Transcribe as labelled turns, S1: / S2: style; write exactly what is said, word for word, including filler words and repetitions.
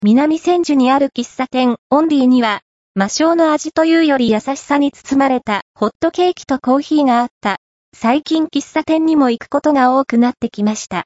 S1: 南千住にある喫茶店、オンリーには、魔性の味というより優しさに包まれたホットケーキとコーヒーがあった。最近喫茶店にも行くことが多くなってきました。